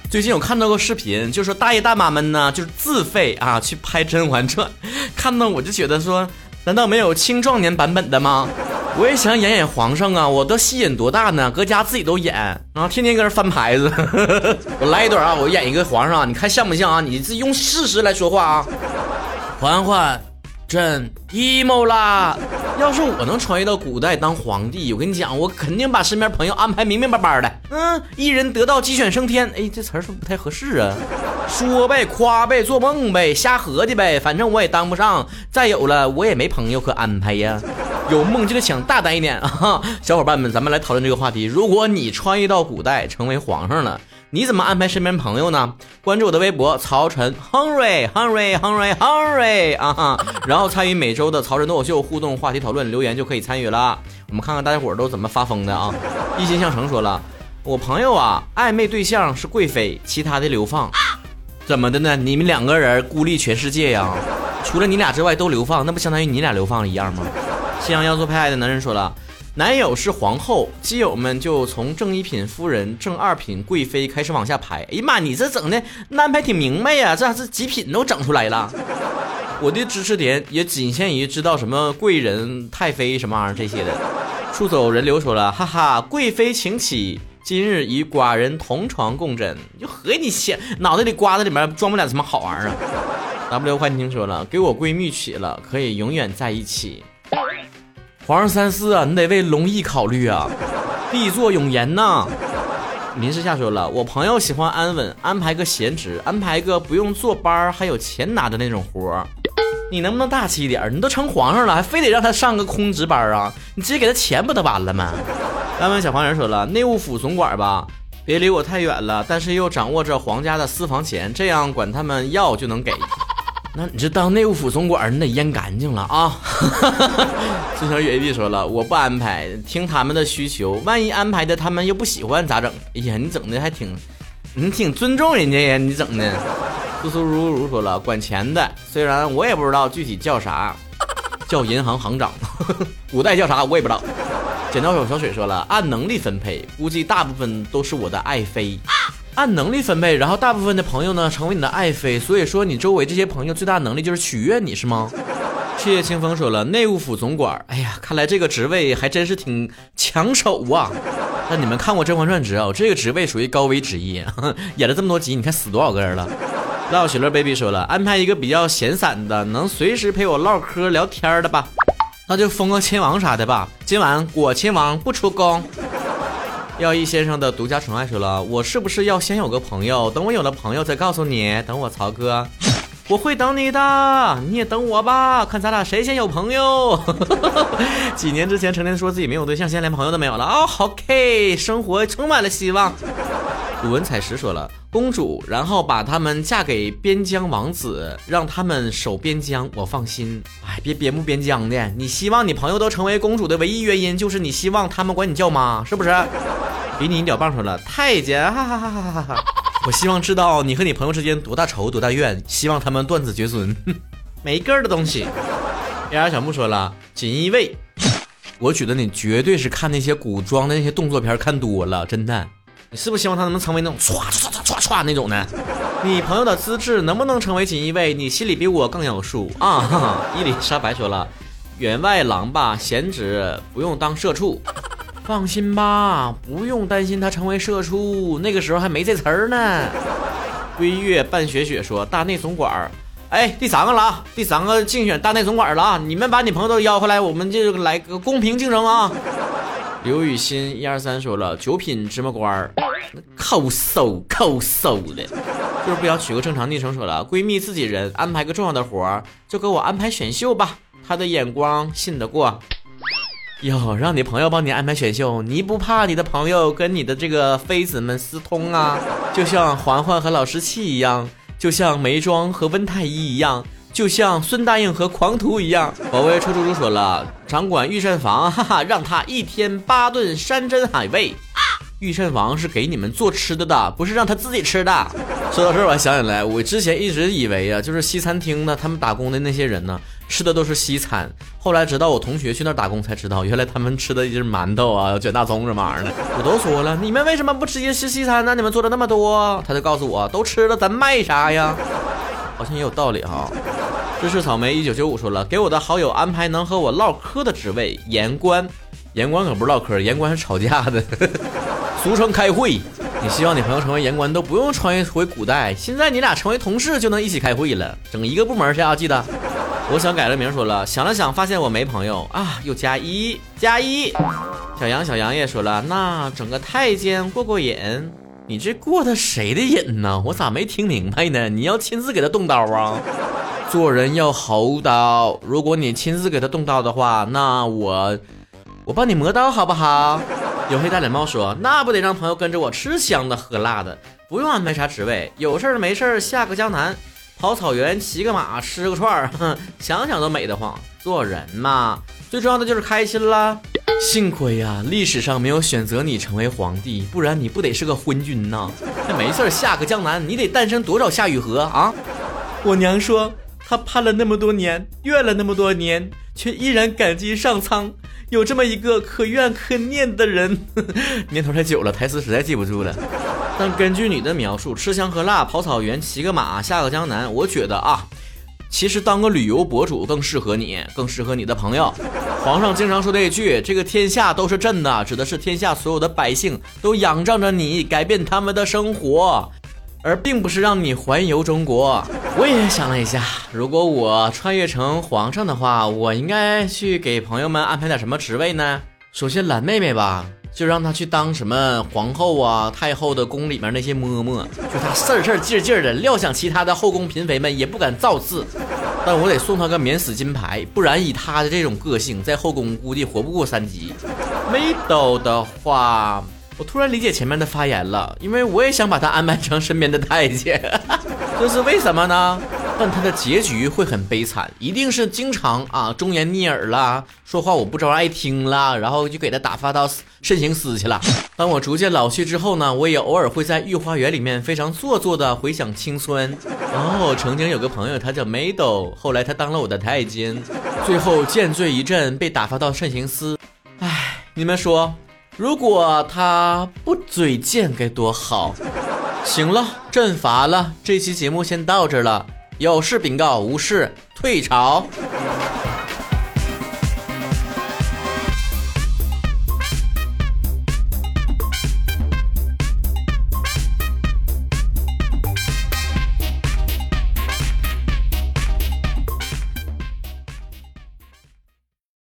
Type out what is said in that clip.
最近有看到过视频，就说大爷大妈们呢，就是自费啊去拍《甄嬛传》，看到我就觉得说，难道没有青壮年版本的吗？我也想演皇上啊，我的戏瘾多大呢？搁家自己都演，然后天天搁这翻牌子。我来一段啊，我演一个皇上，你看像不像啊？你自己用事实来说话啊。嬛嬛，朕 emo 啦！要是我能穿越到古代当皇帝，我跟你讲，我肯定把身边朋友安排明明白白的。一人得道鸡犬升天。哎，这词儿是不是不太合适啊？说呗，夸呗，做梦呗，瞎合计呗，反正我也当不上。再有了，我也没朋友可安排呀。有梦就得想大胆一点啊！小伙伴们，咱们来讨论这个话题。如果你穿越到古代成为皇上了，你怎么安排身边朋友呢？关注我的微博曹晨 Hungry 啊，然后参与每周的曹晨脱口秀互动话题讨论，留言就可以参与了。我们看看大家伙都怎么发疯的啊！一心向成说了，我朋友啊，暧昧对象是贵妃，其他的流放。怎么的呢？你们两个人孤立全世界呀？除了你俩之外都流放，那不相当于你俩流放一样吗？西洋要做派爱的男人说了，男友是皇后，基友们就从正一品夫人、正二品贵妃开始往下排。哎呀妈，你这整的安排挺明白呀，这几品都整出来了。我的知识点也仅限于知道什么贵人、太妃什么玩意儿这些的。出走人流说了，哈哈，贵妃请起，今日与寡人同床共枕。就和你想脑袋里瓜子里面装不了什么好玩意儿啊。W 幻听说了，给我闺蜜起了，可以永远在一起。皇上三思啊，你得为龙毅考虑啊，必作永言呐。林世夏说了，我朋友喜欢安稳，安排个闲职，安排个不用坐班还有钱拿的那种活。你能不能大气一点？你都成皇上了，还非得让他上个空职班啊？你直接给他钱不就完了吗？单问小黄人说了，内务府总管吧，别离我太远了，但是又掌握着皇家的私房钱，这样管他们要就能给。那你这当内务府总管，你得腌干净了啊！孙小雨 AB 说了，我不安排，听他们的需求，万一安排的他们又不喜欢咋整？哎呀，你整的还挺尊重人家呀，你整的。苏苏如如说了，管钱的，虽然我也不知道具体叫啥，叫银行行长，古代叫啥我也不知道。剪刀手小水说了，按能力分配，估计大部分都是我的爱妃。按能力分配，然后大部分的朋友呢成为你的爱妃，所以说你周围这些朋友最大的能力就是取悦你是吗？赤叶清风说了，内务府总管，哎呀，看来这个职位还真是挺抢手啊。那你们看过《甄嬛传》知道这个职位属于高危职业，演了这么多集，你看死多少个人了。唠喜乐 baby 说了，安排一个比较闲散的，能随时陪我唠嗑聊天的吧，那就封个亲王啥的吧，今晚果亲王不出宫。耀一先生的独家宠爱说了，我是不是要先有个朋友，等我有了朋友再告诉你？等我曹哥，我会等你的，你也等我吧，看咱俩谁先有朋友。几年之前成天说自己没有对象，现在连朋友都没有了啊、OK， 生活充满了希望。鲁文采石说了，公主，然后把他们嫁给边疆王子，让他们守边疆，我放心。哎，别边不边疆的，你希望你朋友都成为公主的唯一原因就是你希望他们管你叫妈，是不是？给你一屌棒说了，太监，哈哈哈哈哈哈！我希望知道你和你朋友之间多大仇多大怨，希望他们断子绝孙。没根儿的东西。小木说了，锦衣卫，我觉得你绝对是看那些古装的那些动作片看多了，真的。你是不是希望他能成为那种唰唰唰唰唰那种呢？你朋友的资质能不能成为锦衣卫，你心里比我更有数啊！伊丽莎白说了，员外郎吧，闲职不用当社畜。放心吧，不用担心他成为社畜，那个时候还没这词儿呢。归月半雪雪说，大内总管，哎，第三个了啊，第三个竞选大内总管了啊！你们把你朋友都邀回来，我们就来个公平竞争啊！刘雨欣123说了，9品芝麻官，抠搜的，就是不想取个正常昵称。说了，闺蜜自己人，安排个重要的活就给我安排选秀吧，她的眼光信得过。哟，让你朋友帮你安排选秀，你不怕你的朋友跟你的这个妃子们私通啊？就像嬛嬛和老十七一样，就像眉庄和温太医一样，就像孙大应和狂徒一样。保卫出租猪说了，掌管御膳房，哈哈，让他一天8顿山珍海味。御膳房是给你们做吃的，不是让他自己吃的。说到这儿我还想起来，我之前一直以为啊，就是西餐厅呢，他们打工的那些人呢， 吃的都是西餐。后来直到我同学去那儿打工才知道，原来他们吃的就是馒头啊、卷大葱这玩意儿呢。我都说了，你们为什么不直接吃西餐呢？你们做了那么多，他就告诉我，都吃了，咱卖啥呀？好像也有道理哈。芝士草莓1995说了，给我的好友安排能和我唠嗑的职位，言官。言官可不是唠嗑，言官是吵架的，俗称开会。你希望你朋友成为言官都不用穿越回古代，现在你俩成为同事就能一起开会了，整一个部门去啊！记得。我想改了名说了，想了想发现我没朋友啊，又加一。小杨也说了，那整个太监过瘾。你这过的谁的瘾呢？我咋没听明白呢？你要亲自给他动刀啊？做人要厚道，如果你亲自给他动刀的话，那我帮你磨刀好不好？有黑大脸猫说，那不得让朋友跟着我吃香的喝辣的，不用安排啥职位，有事没事下个江南，跑草原，骑个马，吃个串儿，想想都美得慌。做人嘛，最重要的就是开心啦。幸亏呀，历史上没有选择你成为皇帝，不然你不得是个昏君呐？那没事下个江南，你得诞生多少夏雨荷啊？我娘说，她盼了那么多年，怨了那么多年，却依然感激上苍。有这么一个可怨可念的人，年头太久了，台词实在记不住了。但根据你的描述，吃香喝辣，跑草原，骑个马，下个江南，我觉得啊，其实当个旅游博主更适合你，更适合你的朋友。皇上经常说的一句，这个天下都是朕的，指的是天下所有的百姓都仰仗着你改变他们的生活，而并不是让你环游中国。我也想了一下，如果我穿越成皇上的话，我应该去给朋友们安排点什么职位呢？首先蓝妹妹吧，就让她去当什么皇后啊、太后的宫里面那些嬷嬷，就她事儿劲的，料想其他的后宫嫔妃们也不敢造次。但我得送她个免死金牌，不然以她的这种个性，在后宫估计活不过3集。没斗的话，我突然理解前面的发言了，因为我也想把他安排成身边的太监，这是为什么呢？但他的结局会很悲惨，一定是经常忠言逆耳啦，说话我不招人爱听啦，然后就给他打发到慎刑司去了。当我逐渐老去之后呢，我也偶尔会在御花园里面非常做作的回想青春。曾经有个朋友，他叫梅斗，后来他当了我的太监，最后见罪一阵，被打发到慎刑司。唉，你们说，如果他不嘴贱该多好。行了，朕乏了，这期节目先到这儿了，有事禀告，无事退朝。